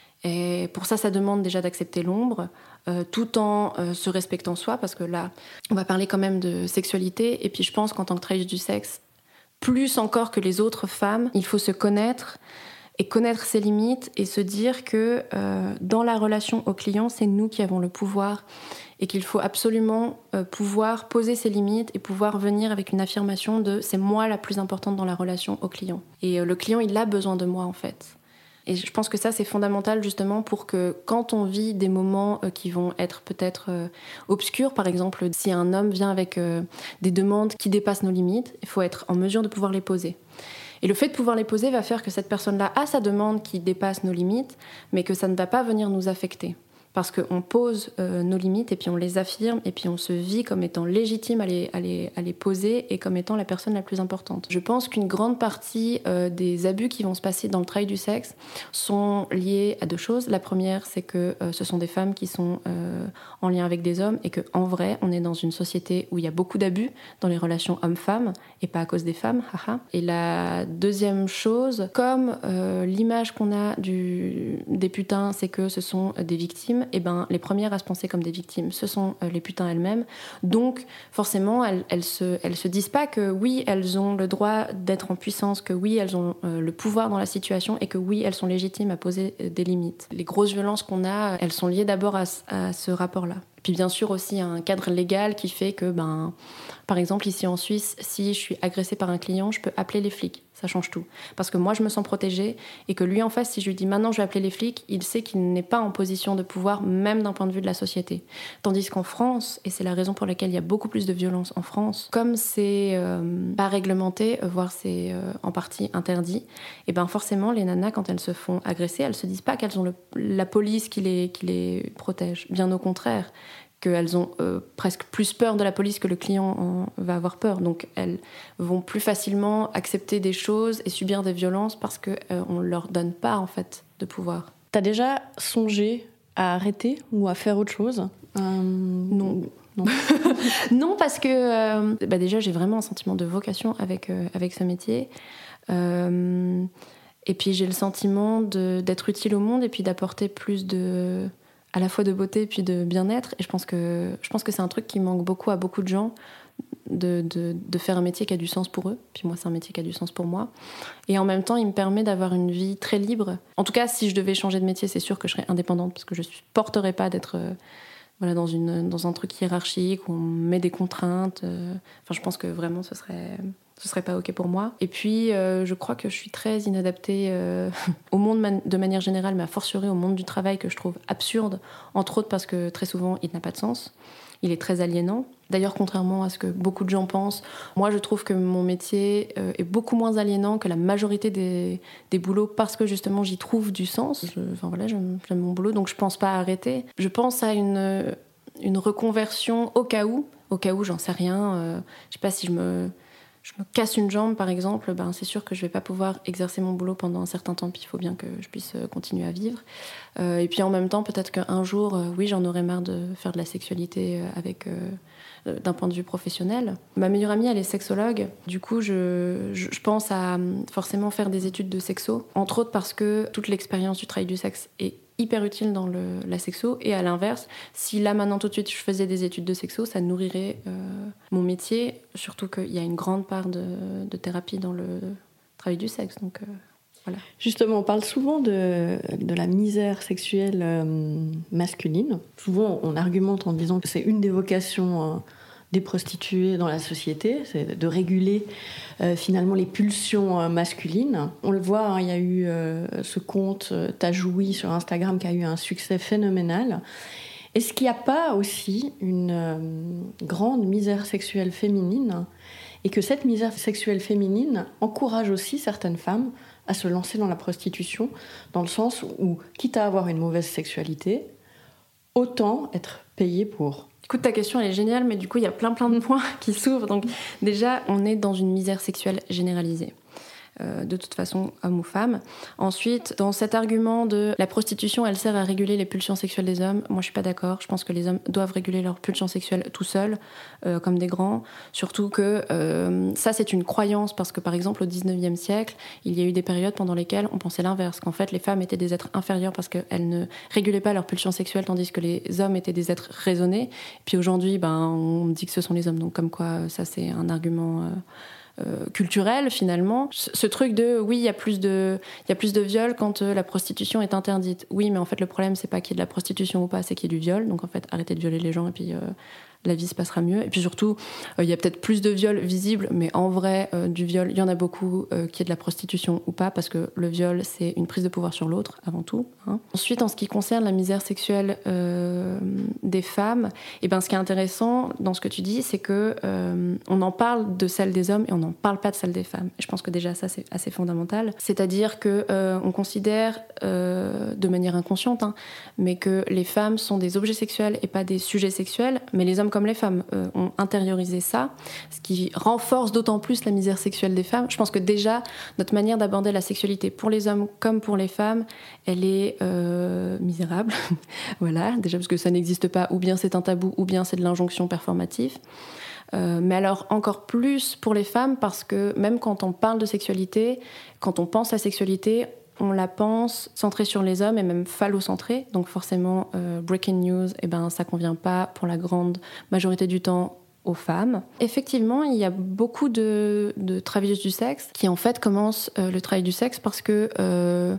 Et pour ça, ça demande déjà d'accepter l'ombre, euh, tout en euh, se respectant soi, parce que là, on va parler quand même de sexualité, et puis je pense qu'en tant que travailleuse du sexe, plus encore que les autres femmes, il faut se connaître et connaître ses limites et se dire que euh, dans la relation au client, c'est nous qui avons le pouvoir et qu'il faut absolument euh, pouvoir poser ses limites et pouvoir venir avec une affirmation de « c'est moi la plus importante dans la relation au client ». Et euh, le client, il a besoin de moi en fait. Et je pense que ça, c'est fondamental justement pour que quand on vit des moments euh, qui vont être peut-être euh, obscurs, par exemple, si un homme vient avec euh, des demandes qui dépassent nos limites, il faut être en mesure de pouvoir les poser. Et le fait de pouvoir les poser va faire que cette personne-là a sa demande qui dépasse nos limites, mais que ça ne va pas venir nous affecter. Parce qu'on pose euh, nos limites et puis on les affirme et puis on se vit comme étant légitime à les, à les, à les poser et comme étant la personne la plus importante. Je pense qu'une grande partie euh, des abus qui vont se passer dans le travail du sexe sont liés à deux choses. La première, c'est que euh, ce sont des femmes qui sont euh, en lien avec des hommes et qu'en vrai, on est dans une société où il y a beaucoup d'abus dans les relations hommes-femmes et pas à cause des femmes. Haha. Et la deuxième chose, comme euh, l'image qu'on a du, des putains, c'est que ce sont des victimes, eh ben, les premières à se penser comme des victimes, ce sont euh, les putains elles-mêmes. Donc, forcément, elles, elles, se, elles se disent pas que oui, elles ont le droit d'être en puissance, que oui, elles ont euh, le pouvoir dans la situation et que oui, elles sont légitimes à poser euh, des limites. Les grosses violences qu'on a, elles sont liées d'abord à, à ce rapport-là. Puis bien sûr aussi un cadre légal qui fait que, ben, par exemple ici en Suisse, si je suis agressée par un client, je peux appeler les flics. Ça change tout. Parce que moi, je me sens protégée et que lui en face, si je lui dis maintenant je vais appeler les flics, il sait qu'il n'est pas en position de pouvoir, même d'un point de vue de la société. Tandis qu'en France, et c'est la raison pour laquelle il y a beaucoup plus de violence en France, comme c'est euh, pas réglementé, voire c'est euh, en partie interdit, et ben forcément, les nanas, quand elles se font agresser, elles se disent pas qu'elles ont le, la police qui les, qui les protège. Bien au contraire. Qu'elles ont euh, presque plus peur de la police que le client en va avoir peur. Donc elles vont plus facilement accepter des choses et subir des violences parce qu'on euh, ne leur donne pas en fait de pouvoir. T'as déjà songé à arrêter ou à faire autre chose ? euh... Non. Non. Non, parce que euh, bah déjà j'ai vraiment un sentiment de vocation avec, euh, avec ce métier. Euh, et puis j'ai le sentiment de, d'être utile au monde et puis d'apporter plus de... à la fois de beauté et puis de bien-être. Et je pense que, je pense que c'est un truc qui manque beaucoup à beaucoup de gens, de, de, de faire un métier qui a du sens pour eux. Puis moi, c'est un métier qui a du sens pour moi. Et en même temps, il me permet d'avoir une vie très libre. En tout cas, si je devais changer de métier, c'est sûr que je serais indépendante parce que je ne supporterais pas d'être euh, voilà, dans, une, dans un truc hiérarchique où on met des contraintes. Euh, enfin, je pense que vraiment, ce serait... ce serait pas ok pour moi. Et puis, euh, je crois que je suis très inadaptée euh, au monde man- de manière générale, mais a fortiori au monde du travail que je trouve absurde, entre autres parce que très souvent, il n'a pas de sens. Il est très aliénant. D'ailleurs, contrairement à ce que beaucoup de gens pensent, moi, je trouve que mon métier euh, est beaucoup moins aliénant que la majorité des, des boulots parce que, justement, j'y trouve du sens. Je, enfin, voilà, j'aime, j'aime mon boulot, donc je pense pas arrêter. Je pense à une, une reconversion au cas où. Au cas où, j'en sais rien. Euh, je sais pas si je me... je me casse une jambe, par exemple, ben, c'est sûr que je ne vais pas pouvoir exercer mon boulot pendant un certain temps, puis il faut bien que je puisse continuer à vivre. Euh, et puis en même temps, peut-être qu'un jour, euh, oui, j'en aurai marre de faire de la sexualité avec, euh, d'un point de vue professionnel. Ma meilleure amie, elle est sexologue. Du coup, je, je, je pense à forcément faire des études de sexo, entre autres parce que toute l'expérience du travail du sexe est hyper utile dans le, la sexo, et à l'inverse, si là maintenant tout de suite je faisais des études de sexo, ça nourrirait euh, mon métier, surtout qu'il y a une grande part de, de thérapie dans le travail du sexe, donc euh, voilà. Justement, on parle souvent de, de la misère sexuelle euh, masculine. Souvent on argumente en disant que c'est une des vocations euh, des prostituées dans la société, c'est de réguler euh, finalement les pulsions euh, masculines. On le voit, hein, il y a eu euh, ce compte euh, T'as joui sur Instagram qui a eu un succès phénoménal. Est-ce qu'il n'y a pas aussi une euh, grande misère sexuelle féminine et que cette misère sexuelle féminine encourage aussi certaines femmes à se lancer dans la prostitution, dans le sens où, quitte à avoir une mauvaise sexualité, autant être payée pour? Écoute, ta question, elle est géniale, mais du coup, il y a plein plein de points qui s'ouvrent. Donc déjà, on est dans une misère sexuelle généralisée. Euh, de toute façon, homme ou femme. Ensuite, dans cet argument de la prostitution, elle sert à réguler les pulsions sexuelles des hommes, moi je suis pas d'accord. Je pense que les hommes doivent réguler leurs pulsions sexuelles tout seuls, euh, comme des grands. Surtout que euh, ça, c'est une croyance, parce que par exemple, au dix-neuvième siècle, il y a eu des périodes pendant lesquelles on pensait l'inverse, qu'en fait, les femmes étaient des êtres inférieurs parce qu'elles ne régulaient pas leurs pulsions sexuelles, tandis que les hommes étaient des êtres raisonnés. Et puis aujourd'hui, ben, on dit que ce sont les hommes, donc comme quoi, ça c'est un argument... Euh, Euh, culturel finalement. Ce, ce truc de oui, il y a plus de il y a plus de viols quand euh, la prostitution est interdite. Oui, mais en fait le problème c'est pas qu'il y ait de la prostitution ou pas, c'est qu'il y ait du viol. Donc en fait, arrêtez de violer les gens et puis euh, la vie se passera mieux. Et puis surtout, il euh, y a peut-être plus de viols visibles, mais en vrai, euh, du viol, il y en a beaucoup euh, qui est de la prostitution ou pas, parce que le viol, c'est une prise de pouvoir sur l'autre, avant tout. Hein. Ensuite, en ce qui concerne la misère sexuelle euh, des femmes, et ben, ce qui est intéressant dans ce que tu dis, c'est que euh, on en parle de celle des hommes et on n'en parle pas de celle des femmes. Et je pense que déjà, ça, c'est assez fondamental. C'est-à-dire qu'on euh, considère, euh, de manière inconsciente, hein, mais que les femmes sont des objets sexuels et pas des sujets sexuels, mais les hommes comme les femmes euh, ont intériorisé ça, ce qui renforce d'autant plus la misère sexuelle des femmes. Je pense que déjà, notre manière d'aborder la sexualité pour les hommes comme pour les femmes, elle est euh, misérable. Voilà, déjà parce que ça n'existe pas, ou bien c'est un tabou, ou bien c'est de l'injonction performative. Euh, mais alors encore plus pour les femmes, parce que même quand on parle de sexualité, quand on pense à sexualité, on la pense centrée sur les hommes et même phallocentrée. Donc forcément, euh, breaking news, eh ben, ça convient pas pour la grande majorité du temps aux femmes. Effectivement, il y a beaucoup de, de travailleuses du sexe qui en fait commencent euh, le travail du sexe parce que euh,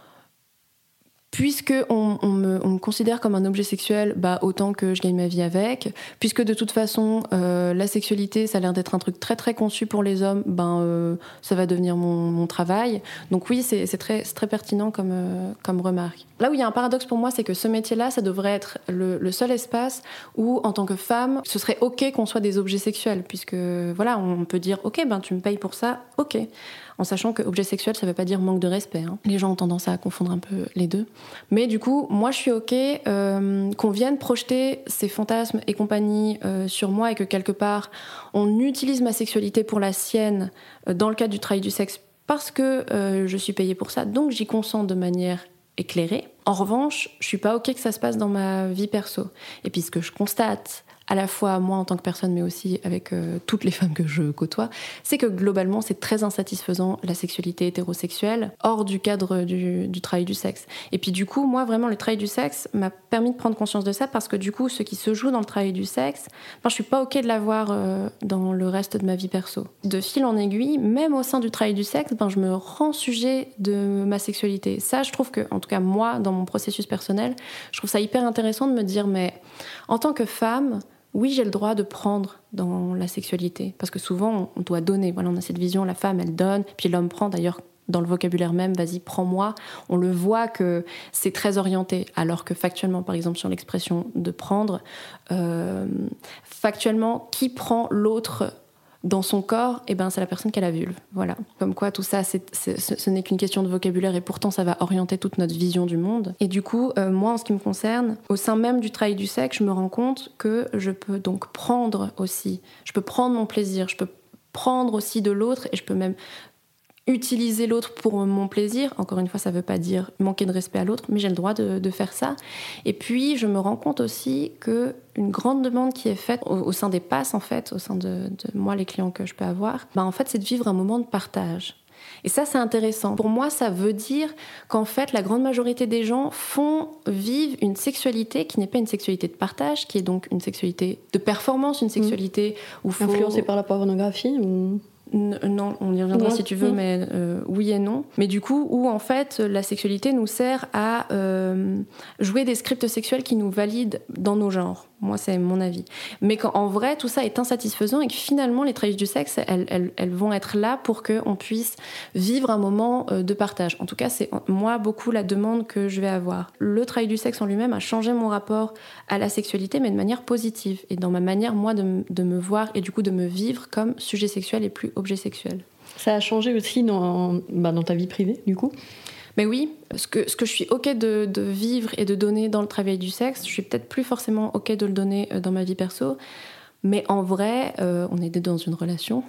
puisque on, on, me, on me considère comme un objet sexuel, bah autant que je gagne ma vie avec. Puisque de toute façon, euh, la sexualité, ça a l'air d'être un truc très très conçu pour les hommes, ben euh, ça va devenir mon, mon travail. Donc oui, c'est, c'est, très, c'est très pertinent comme, euh, comme remarque. Là où il y a un paradoxe pour moi, c'est que ce métier-là, ça devrait être le, le seul espace où, en tant que femme, ce serait ok qu'on soit des objets sexuels, puisque voilà, on peut dire ok, ben tu me payes pour ça, ok. En sachant que objet sexuel, ça veut pas dire manque de respect. Hein. Les gens ont tendance à confondre un peu les deux. Mais du coup, moi, je suis ok euh, qu'on vienne projeter ces fantasmes et compagnie euh, sur moi et que quelque part, on utilise ma sexualité pour la sienne euh, dans le cadre du travail du sexe parce que euh, je suis payée pour ça. Donc, j'y consens de manière éclairée. En revanche, je suis pas ok que ça se passe dans ma vie perso. Et puis, ce que je constate, à la fois moi en tant que personne, mais aussi avec euh, toutes les femmes que je côtoie, c'est que globalement, c'est très insatisfaisant la sexualité hétérosexuelle, hors du cadre du, du travail du sexe. Et puis du coup, moi, vraiment, le travail du sexe m'a permis de prendre conscience de ça, parce que du coup, ce qui se joue dans le travail du sexe, ben, je suis pas ok de l'avoir euh, dans le reste de ma vie perso. De fil en aiguille, même au sein du travail du sexe, ben, je me rends sujet de ma sexualité. Ça, je trouve que, en tout cas, moi, dans mon processus personnel, je trouve ça hyper intéressant de me dire, mais en tant que femme, oui, j'ai le droit de prendre dans la sexualité, parce que souvent on doit donner. Voilà, on a cette vision, la femme elle donne, puis l'homme prend. D'ailleurs, dans le vocabulaire même, vas-y, prends-moi. On le voit que c'est très orienté, alors que factuellement, par exemple, sur l'expression de prendre, euh, factuellement, qui prend l'autre dans son corps, eh ben, c'est la personne qui a la vulve. Voilà. Comme quoi, tout ça, c'est, c'est, ce n'est qu'une question de vocabulaire et pourtant, ça va orienter toute notre vision du monde. Et du coup, euh, moi, en ce qui me concerne, au sein même du travail du sexe, je me rends compte que je peux donc prendre aussi. Je peux prendre mon plaisir, je peux prendre aussi de l'autre et je peux même utiliser l'autre pour mon plaisir. Encore une fois, ça ne veut pas dire manquer de respect à l'autre, mais j'ai le droit de, de faire ça. Et puis, je me rends compte aussi qu'une grande demande qui est faite au, au sein des passes, en fait, au sein de, de moi, les clients que je peux avoir, bah, en fait, c'est de vivre un moment de partage. Et ça, c'est intéressant. Pour moi, ça veut dire qu'en fait, la grande majorité des gens font vivre une sexualité qui n'est pas une sexualité de partage, qui est donc une sexualité de performance, une sexualité mmh. où faut... Influencée par la pornographie ou... Non, on y reviendra non. si tu veux, mais euh, oui et non. Mais du coup, où en fait, la sexualité nous sert à euh, jouer des scripts sexuels qui nous valident dans nos genres. Moi, c'est mon avis. Mais qu'en vrai, tout ça est insatisfaisant et que finalement, les travailleuses du sexe, elles, elles, elles vont être là pour qu'on puisse vivre un moment de partage. En tout cas, c'est moi beaucoup la demande que je vais avoir. Le travail du sexe en lui-même a changé mon rapport à la sexualité, mais de manière positive. Et dans ma manière, moi, de, de me voir et du coup de me vivre comme sujet sexuel et plus objet sexuel. Ça a changé aussi dans, bah, dans ta vie privée, du coup ? Mais oui, ce que, ce que je suis ok de, de vivre et de donner dans le travail du sexe, je suis peut-être plus forcément ok de le donner dans ma vie perso. Mais en vrai, euh, on est dans une relation,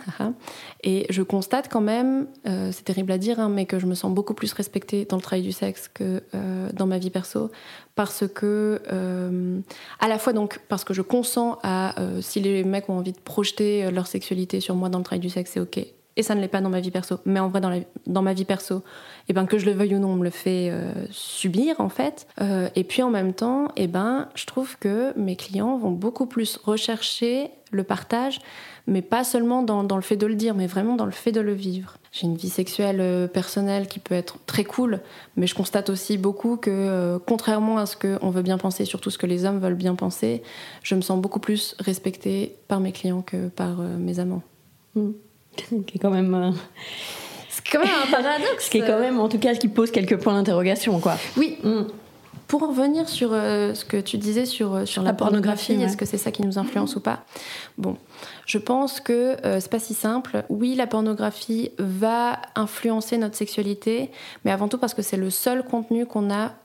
et je constate quand même, euh, c'est terrible à dire, hein, mais que je me sens beaucoup plus respectée dans le travail du sexe que euh, dans ma vie perso, parce que, euh, à la fois donc parce que je consens à, euh, si les mecs ont envie de projeter leur sexualité sur moi dans le travail du sexe, c'est ok. Et ça ne l'est pas dans ma vie perso. Mais en vrai, dans, la, dans ma vie perso, eh ben, que je le veuille ou non, on me le fait euh, subir, en fait. Euh, et puis, en même temps, eh ben, je trouve que mes clients vont beaucoup plus rechercher le partage, mais pas seulement dans, dans le fait de le dire, mais vraiment dans le fait de le vivre. J'ai une vie sexuelle euh, personnelle qui peut être très cool, mais je constate aussi beaucoup que, euh, contrairement à ce qu'on veut bien penser, surtout ce que les hommes veulent bien penser, je me sens beaucoup plus respectée par mes clients que par euh, mes amants. Mmh. Qui est quand même euh... c'est quand même un paradoxe, ce qui est quand même en tout cas ce qui pose quelques points d'interrogation, quoi. Oui. Mm. Pour revenir sur euh, ce que tu disais sur, sur la, la pornographie, pornographie ouais. Est-ce que c'est ça qui nous influence mmh. ou pas ? Bon, je pense que euh, c'est pas si simple. Oui, la pornographie va influencer notre sexualité, mais avant tout parce que c'est le seul contenu qu'on a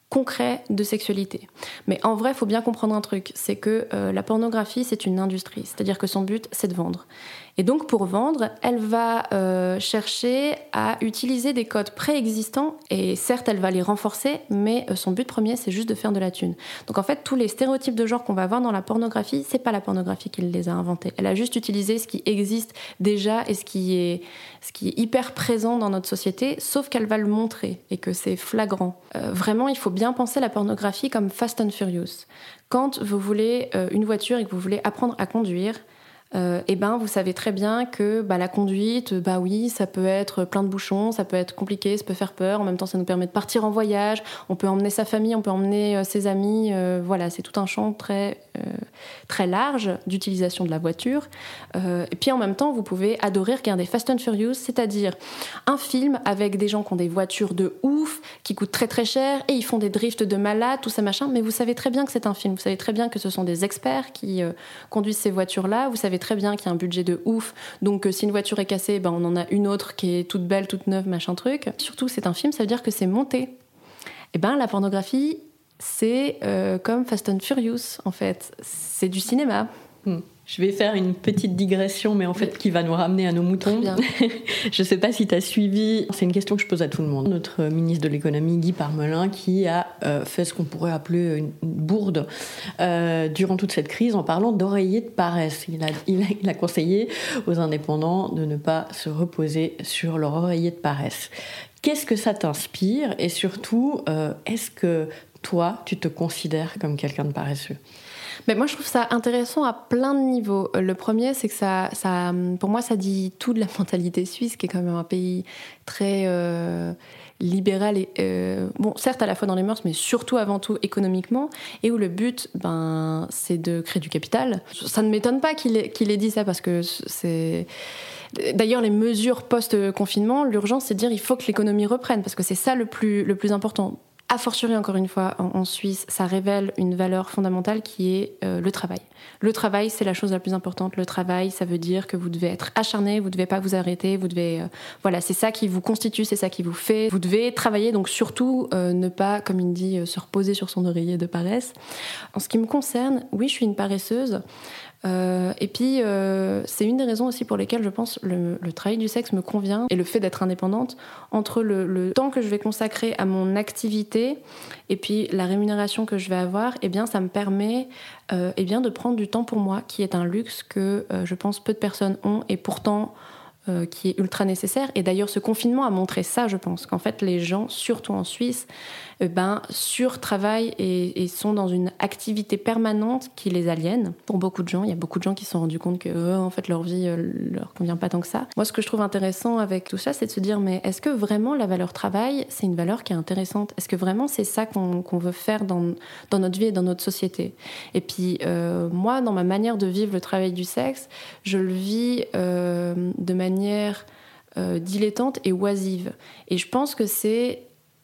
concret de sexualité. Mais en vrai, il faut bien comprendre un truc, c'est que euh, la pornographie, c'est une industrie, c'est-à-dire que son but, c'est de vendre. Et donc, pour vendre, elle va euh, chercher à utiliser des codes préexistants, et certes, elle va les renforcer, mais euh, son but premier, c'est juste de faire de la thune. Donc en fait, tous les stéréotypes de genre qu'on va voir dans la pornographie, c'est pas la pornographie qui les a inventés. Elle a juste utilisé ce qui existe déjà et ce qui est, ce qui est hyper présent dans notre société, sauf qu'elle va le montrer, et que c'est flagrant. Euh, vraiment, il faut bien penser la pornographie comme Fast and Furious. Quand vous voulez euh, une voiture et que vous voulez apprendre à conduire, Euh, et ben vous savez très bien que bah, la conduite, bah oui, ça peut être plein de bouchons, ça peut être compliqué, ça peut faire peur. En même temps, ça nous permet de partir en voyage. On peut emmener sa famille, on peut emmener euh, ses amis. Euh, voilà, c'est tout un champ très euh, très large d'utilisation de la voiture. Euh, et puis en même temps, vous pouvez adorer regarder Fast and Furious, c'est-à-dire un film avec des gens qui ont des voitures de ouf, qui coûtent très très cher et ils font des drifts de malade, tout ça machin. Mais vous savez très bien que c'est un film. Vous savez très bien que ce sont des experts qui euh, conduisent ces voitures-là. Vous savez très bien qu'il y a un budget de ouf, donc euh, si une voiture est cassée, ben, on en a une autre qui est toute belle, toute neuve, machin truc. Surtout, c'est un film, ça veut dire que c'est monté. Et ben la pornographie, c'est euh, comme Fast and Furious, en fait. C'est du cinéma. Hmm. Je vais faire une petite digression, mais en fait oui. qui va nous ramener à nos moutons. Je ne sais pas si tu as suivi, c'est une question que je pose à tout le monde. Notre ministre de l'économie, Guy Parmelin, qui a euh, fait ce qu'on pourrait appeler une bourde euh, durant toute cette crise en parlant d'oreiller de paresse. Il a, il, a, il a conseillé aux indépendants de ne pas se reposer sur leur oreiller de paresse. Qu'est-ce que ça t'inspire ? Et surtout, euh, est-ce que toi, tu te considères comme quelqu'un de paresseux ? Mais moi, je trouve ça intéressant à plein de niveaux. Le premier, c'est que ça, ça, pour moi, ça dit tout de la mentalité suisse, qui est quand même un pays très euh, libéral et euh, bon, certes à la fois dans les mœurs, mais surtout avant tout économiquement, et où le but, ben, c'est de créer du capital. Ça ne m'étonne pas qu'il ait, qu'il ait dit ça, parce que c'est d'ailleurs les mesures post-confinement. L'urgence, c'est de dire il faut que l'économie reprenne, parce que c'est ça le plus, le plus important. A fortiori, encore une fois, en, en Suisse, ça révèle une valeur fondamentale qui est euh, le travail. Le travail, c'est la chose la plus importante. Le travail, ça veut dire que vous devez être acharné, vous ne devez pas vous arrêter, vous devez... Euh, voilà, c'est ça qui vous constitue, c'est ça qui vous fait. Vous devez travailler, donc surtout euh, ne pas, comme il dit, euh, se reposer sur son oreiller de paresse. En ce qui me concerne, oui, je suis une paresseuse. Euh, et puis, euh, c'est une des raisons aussi pour lesquelles je pense le, le travail du sexe me convient, et le fait d'être indépendante, entre le, le temps que je vais consacrer à mon activité et puis la rémunération que je vais avoir, eh bien, ça me permet euh, eh bien, de prendre du temps pour moi, qui est un luxe que euh, je pense peu de personnes ont, et pourtant euh, qui est ultra nécessaire. Et d'ailleurs, ce confinement a montré ça, je pense, qu'en fait, les gens, surtout en Suisse, eh ben, surtravaillent et, et sont dans une activité permanente qui les aliène. Pour beaucoup de gens, il y a beaucoup de gens qui se sont rendus compte que euh, en fait, leur vie euh, leur convient pas tant que ça. Moi, ce que je trouve intéressant avec tout ça, c'est de se dire, mais est-ce que vraiment la valeur travail, c'est une valeur qui est intéressante ? Est-ce que vraiment c'est ça qu'on, qu'on veut faire dans, dans notre vie et dans notre société ? Et puis, euh, moi, dans ma manière de vivre le travail du sexe, je le vis euh, de manière euh, dilettante et oisive. Et je pense que c'est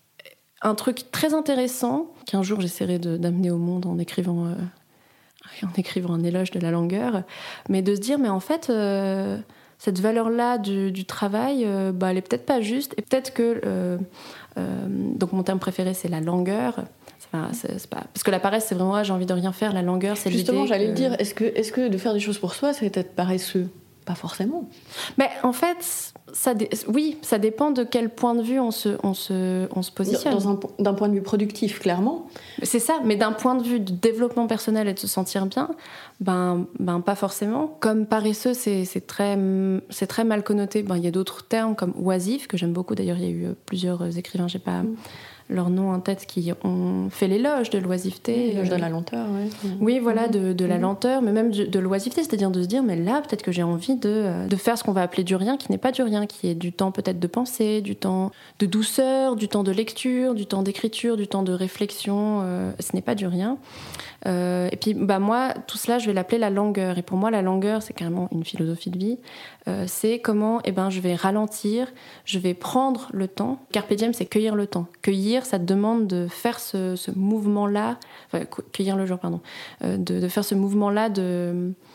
un truc très intéressant qu'un jour j'essaierai de, d'amener au monde en écrivant, euh, en écrivant un éloge de la langueur, mais de se dire, mais en fait, euh, cette valeur-là du, du travail, euh, bah, elle est peut-être pas juste, et peut-être que... Euh, euh, donc mon terme préféré, c'est la langueur. Enfin, c'est, c'est pas... Parce que la paresse, c'est vraiment, ah, j'ai envie de rien faire. La langueur, c'est justement, l'idée j'allais que... le dire, est-ce que, est-ce que de faire des choses pour soi, c'est être paresseux ? Pas forcément. Mais en fait, ça dé... oui, ça dépend de quel point de vue on se, on se, on se positionne. Dans un, d'un point de vue productif, clairement. C'est ça, mais d'un point de vue de développement personnel et de se sentir bien, ben, ben pas forcément. Comme paresseux, c'est, c'est, très, c'est très mal connoté. Ben, il y a d'autres termes comme oisif, que j'aime beaucoup. D'ailleurs, il y a eu plusieurs écrivains, j'ai pas... Mm. leur nom en tête, qui ont fait l'éloge de l'oisiveté. L'éloge de la lenteur, oui. Oui, voilà, de, de la lenteur, mais même de, de l'oisiveté, c'est-à-dire de se dire, mais là, peut-être que j'ai envie de, de faire ce qu'on va appeler du rien, qui n'est pas du rien, qui est du temps peut-être de penser, du temps de douceur, du temps de lecture, du temps d'écriture, du temps de réflexion. Euh, ce n'est pas du rien. Euh, et puis, bah, moi, tout cela, je vais l'appeler la langueur. Et pour moi, la langueur, c'est carrément une philosophie de vie. Euh, c'est comment eh ben, je vais ralentir, je vais prendre le temps. Carpe diem, c'est cueillir le temps. Cueillir, ça te demande de faire ce, ce mouvement-là, enfin, cueillir le jour, pardon, euh, de, de faire ce mouvement-là de,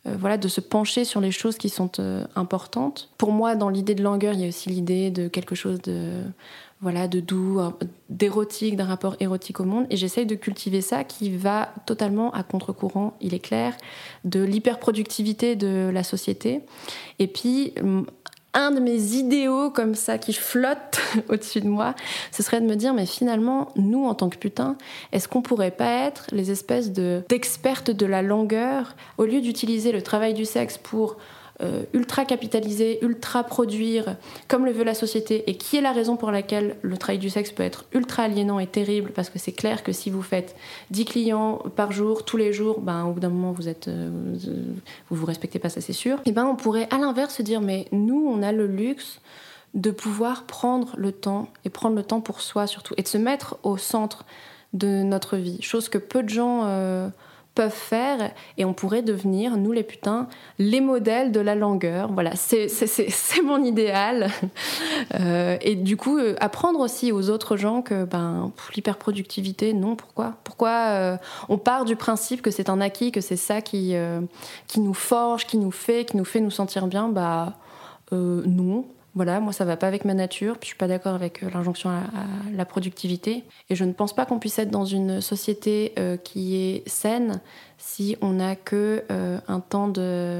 euh, voilà, de se pencher sur les choses qui sont euh, importantes. Pour moi, dans l'idée de langueur, il y a aussi l'idée de quelque chose de, voilà, de doux, d'érotique, d'un rapport érotique au monde. Et j'essaye de cultiver ça qui va totalement à contre-courant, il est clair, de l'hyperproductivité de la société. Et puis, un de mes idéaux comme ça qui flotte au-dessus de moi, ce serait de me dire, mais finalement, nous, en tant que putains, est-ce qu'on pourrait pas être les espèces de, d'expertes de la langueur, au lieu d'utiliser le travail du sexe pour euh, ultra capitaliser, ultra produire, comme le veut la société, et qui est la raison pour laquelle le travail du sexe peut être ultra aliénant et terrible, parce que c'est clair que si vous faites dix clients par jour, tous les jours, ben, au bout d'un moment, vous êtes, euh, vous vous respectez pas, ça c'est sûr. Et ben, on pourrait à l'inverse se dire, mais nous, on a le luxe de pouvoir prendre le temps, et prendre le temps pour soi surtout, et de se mettre au centre de notre vie, chose que peu de gens euh, peuvent faire, et on pourrait devenir, nous les putains, les modèles de la langueur. Voilà, c'est, c'est, c'est, c'est mon idéal. Euh, et du coup, euh, apprendre aussi aux autres gens que ben, pff, l'hyperproductivité, non, pourquoi Pourquoi euh, on part du principe que c'est un acquis, que c'est ça qui, euh, qui nous forge, qui nous fait, qui nous fait nous sentir bien, bah euh, non. Voilà, moi ça va pas avec ma nature, puis je suis pas d'accord avec euh, l'injonction à, à la productivité. Et je ne pense pas qu'on puisse être dans une société euh, qui est saine si on n'a que euh, un temps de,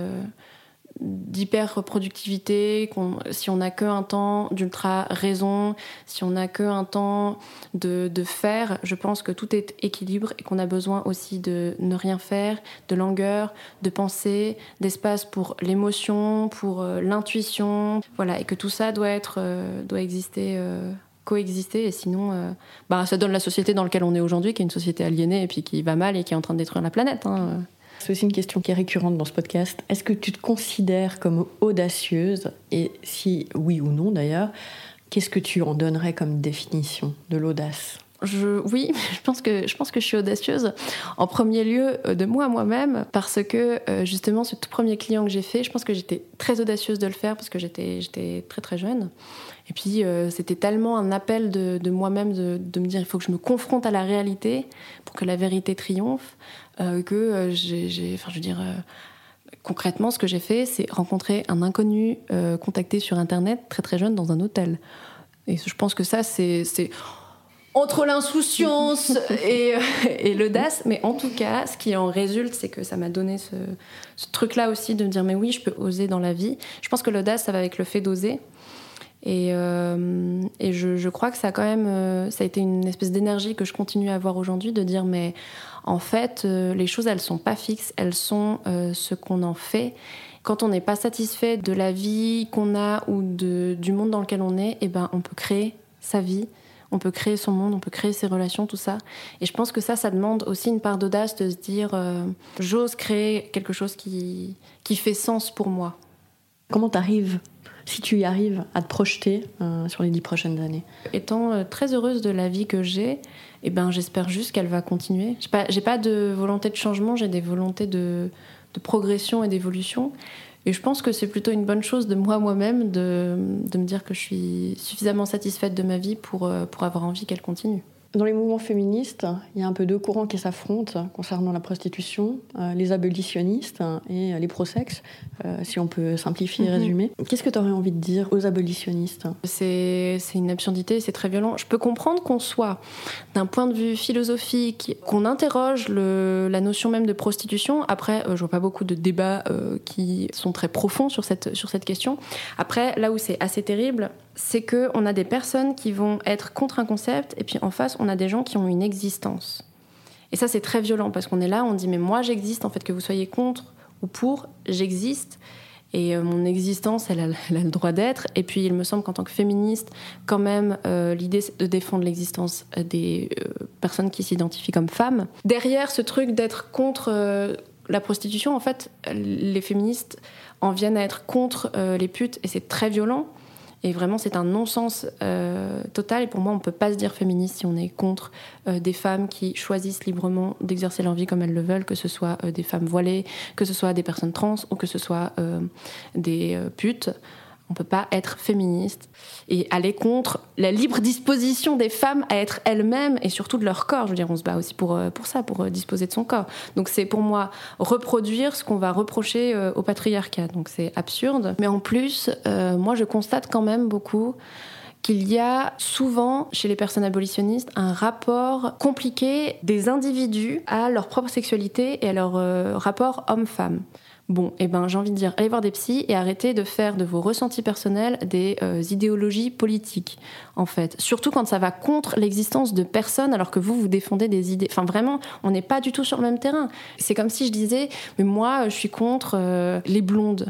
d'hyper-productivité, qu'on, si on n'a que un temps d'ultra-raison, si on n'a que un temps de, de faire. Je pense que tout est équilibre et qu'on a besoin aussi de ne rien faire, de langueur, de pensée, d'espace pour l'émotion, pour euh, l'intuition. Voilà, et que tout ça doit, être, euh, doit exister, euh, coexister, et sinon euh, bah, ça donne la société dans laquelle on est aujourd'hui, qui est une société aliénée et puis qui va mal et qui est en train de détruire la planète, hein. C'est aussi une question qui est récurrente dans ce podcast. Est-ce que tu te considères comme audacieuse ? Et si oui ou non d'ailleurs, qu'est-ce que tu en donnerais comme définition de l'audace ? Je, oui, je pense que je pense que je suis audacieuse. En premier lieu, de moi à moi-même, parce que justement, ce tout premier client que j'ai fait, je pense que j'étais très audacieuse de le faire parce que j'étais j'étais très très jeune. Et puis euh, c'était tellement un appel de, de moi-même de, de me dire il faut que je me confronte à la réalité pour que la vérité triomphe, euh, que euh, j'ai, j'ai, enfin je veux dire. Euh, Concrètement, ce que j'ai fait, c'est rencontrer un inconnu euh, contacté sur Internet, très très jeune, dans un hôtel. Et je pense que ça, c'est, c'est entre l'insouciance et, et l'audace. Mais en tout cas, ce qui en résulte, c'est que ça m'a donné ce, ce truc-là aussi de me dire, mais oui, je peux oser dans la vie. Je pense que l'audace, ça va avec le fait d'oser. Et, euh, et je, je crois que ça a quand même, euh, ça a été une espèce d'énergie que je continue à avoir aujourd'hui, de dire, mais en fait, euh, les choses, elles sont pas fixes, elles sont euh, ce qu'on en fait. Quand on n'est pas satisfait de la vie qu'on a ou de, du monde dans lequel on est, eh ben, on peut créer sa vie, on peut créer son monde, on peut créer ses relations, tout ça. Et je pense que ça, ça demande aussi une part d'audace de se dire, euh, j'ose créer quelque chose qui, qui fait sens pour moi. Comment t'arrives, si tu y arrives, à te projeter euh, sur les dix prochaines années ? Étant euh, très heureuse de la vie que j'ai, eh ben, j'espère juste qu'elle va continuer. J'ai pas, j'ai pas de volonté de changement, j'ai des volontés de, de progression et d'évolution. Et je pense que c'est plutôt une bonne chose de moi, moi-même, de, de me dire que je suis suffisamment satisfaite de ma vie pour, pour avoir envie qu'elle continue. Dans les mouvements féministes, il y a un peu deux courants qui s'affrontent concernant la prostitution, euh, les abolitionnistes et les pro-sexe, euh, si on peut simplifier et résumer. Mm-hmm. Qu'est-ce que tu aurais envie de dire aux abolitionnistes ? c'est, c'est une absurdité, c'est très violent. Je peux comprendre qu'on soit, d'un point de vue philosophique, qu'on interroge le, la notion même de prostitution. Après, euh, je vois pas beaucoup de débats euh, qui sont très profonds sur cette, sur cette question. Après, là où c'est assez terrible, c'est qu'on a des personnes qui vont être contre un concept, et puis en face, on a des gens qui ont une existence. Et ça, c'est très violent, parce qu'on est là, on dit, mais moi, j'existe, en fait, que vous soyez contre ou pour, j'existe, et euh, mon existence, elle a, elle a le droit d'être. Et puis, il me semble qu'en tant que féministe, quand même, euh, l'idée, c'est de défendre l'existence des euh, personnes qui s'identifient comme femmes. Derrière ce truc d'être contre euh, la prostitution, en fait, les féministes en viennent à être contre euh, les putes, et c'est très violent. Et vraiment, c'est un non-sens euh, total. Et pour moi, on ne peut pas se dire féministe si on est contre euh, des femmes qui choisissent librement d'exercer leur vie comme elles le veulent, que ce soit euh, des femmes voilées, que ce soit des personnes trans ou que ce soit euh, des euh, putes. On peut pas être féministe et aller contre la libre disposition des femmes à être elles-mêmes et surtout de leur corps. Je veux dire, on se bat aussi pour, pour ça, pour disposer de son corps. Donc c'est pour moi reproduire ce qu'on va reprocher au patriarcat. Donc c'est absurde. Mais en plus, euh, moi je constate quand même beaucoup qu'il y a souvent, chez les personnes abolitionnistes, un rapport compliqué des individus à leur propre sexualité et à leur euh, rapport homme-femme. Bon, eh ben, j'ai envie de dire, allez voir des psys et arrêtez de faire de vos ressentis personnels des euh, idéologies politiques, en fait. Surtout quand ça va contre l'existence de personnes alors que vous, vous défendez des idées. Enfin, vraiment, on n'est pas du tout sur le même terrain. C'est comme si je disais, mais moi, je suis contre euh, les blondes.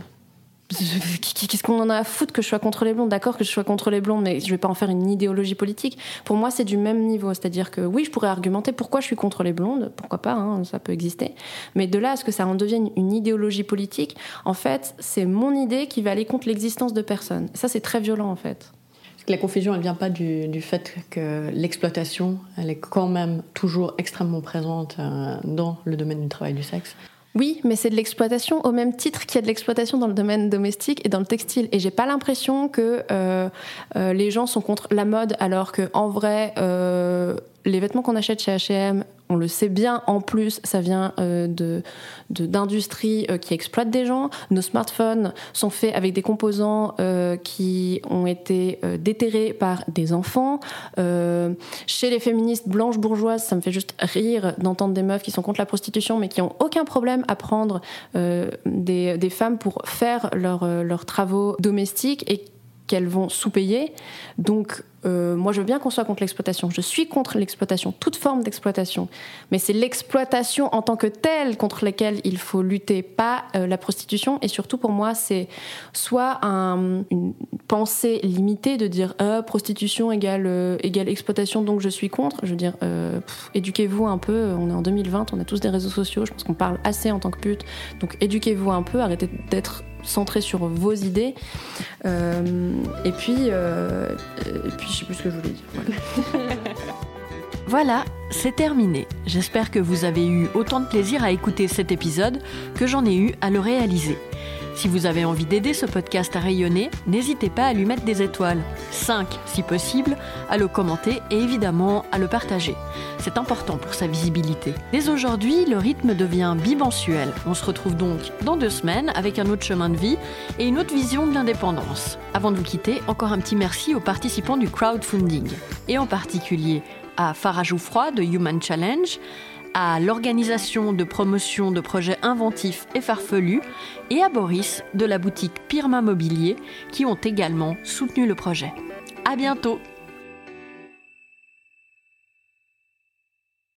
Qu'est-ce qu'on en a à foutre que je sois contre les blondes? D'accord que je sois contre les blondes, mais je vais pas en faire une idéologie politique. Pour moi, c'est du même niveau. C'est-à-dire que oui, je pourrais argumenter pourquoi je suis contre les blondes. Pourquoi pas, hein, ça peut exister. Mais de là à ce que ça en devienne une idéologie politique, en fait, c'est mon idée qui va aller contre l'existence de personnes. Ça, c'est très violent, en fait. La confusion, elle vient pas du, du fait que l'exploitation, elle est quand même toujours extrêmement présente euh, dans le domaine du travail du sexe. Oui, mais c'est de l'exploitation au même titre qu'il y a de l'exploitation dans le domaine domestique et dans le textile. Et j'ai pas l'impression que euh, euh, les gens sont contre la mode, alors que en vrai, euh, les vêtements qu'on achète chez H et M, on le sait bien, en plus, ça vient euh, de, de, d'industries euh, qui exploitent des gens. Nos smartphones sont faits avec des composants euh, qui ont été euh, déterrés par des enfants. Euh, chez les féministes blanches bourgeoises, ça me fait juste rire d'entendre des meufs qui sont contre la prostitution, mais qui n'ont aucun problème à prendre euh, des, des femmes pour faire leur, euh, leurs travaux domestiques et qu'elles vont sous-payer. Donc, euh, moi, je veux bien qu'on soit contre l'exploitation. Je suis contre l'exploitation, toute forme d'exploitation. Mais c'est l'exploitation en tant que telle contre laquelle il faut lutter, pas euh, la prostitution. Et surtout, pour moi, c'est soit un, une pensée limitée de dire euh, « prostitution égale, euh, égale exploitation, donc je suis contre ». Je veux dire, euh, pff, éduquez-vous un peu. On est en deux mille vingt, on a tous des réseaux sociaux. Je pense qu'on parle assez en tant que pute. Donc, éduquez-vous un peu, arrêtez d'être centré sur vos idées. Euh, et puis, euh, et puis, je sais plus ce que je voulais dire. Voilà. Voilà, c'est terminé. J'espère que vous avez eu autant de plaisir à écouter cet épisode que j'en ai eu à le réaliser. Si vous avez envie d'aider ce podcast à rayonner, n'hésitez pas à lui mettre des étoiles, cinq si possible, à le commenter et évidemment à le partager. C'est important pour sa visibilité. Dès aujourd'hui, le rythme devient bimensuel. On se retrouve donc dans deux semaines avec un autre chemin de vie et une autre vision de l'indépendance. Avant de vous quitter, encore un petit merci aux participants du crowdfunding, et en particulier à Farah Jouffroy de Human Challenge, à l'organisation de promotion de projets inventifs et farfelus et à Boris de la boutique Pirma Mobilier qui ont également soutenu le projet. À bientôt!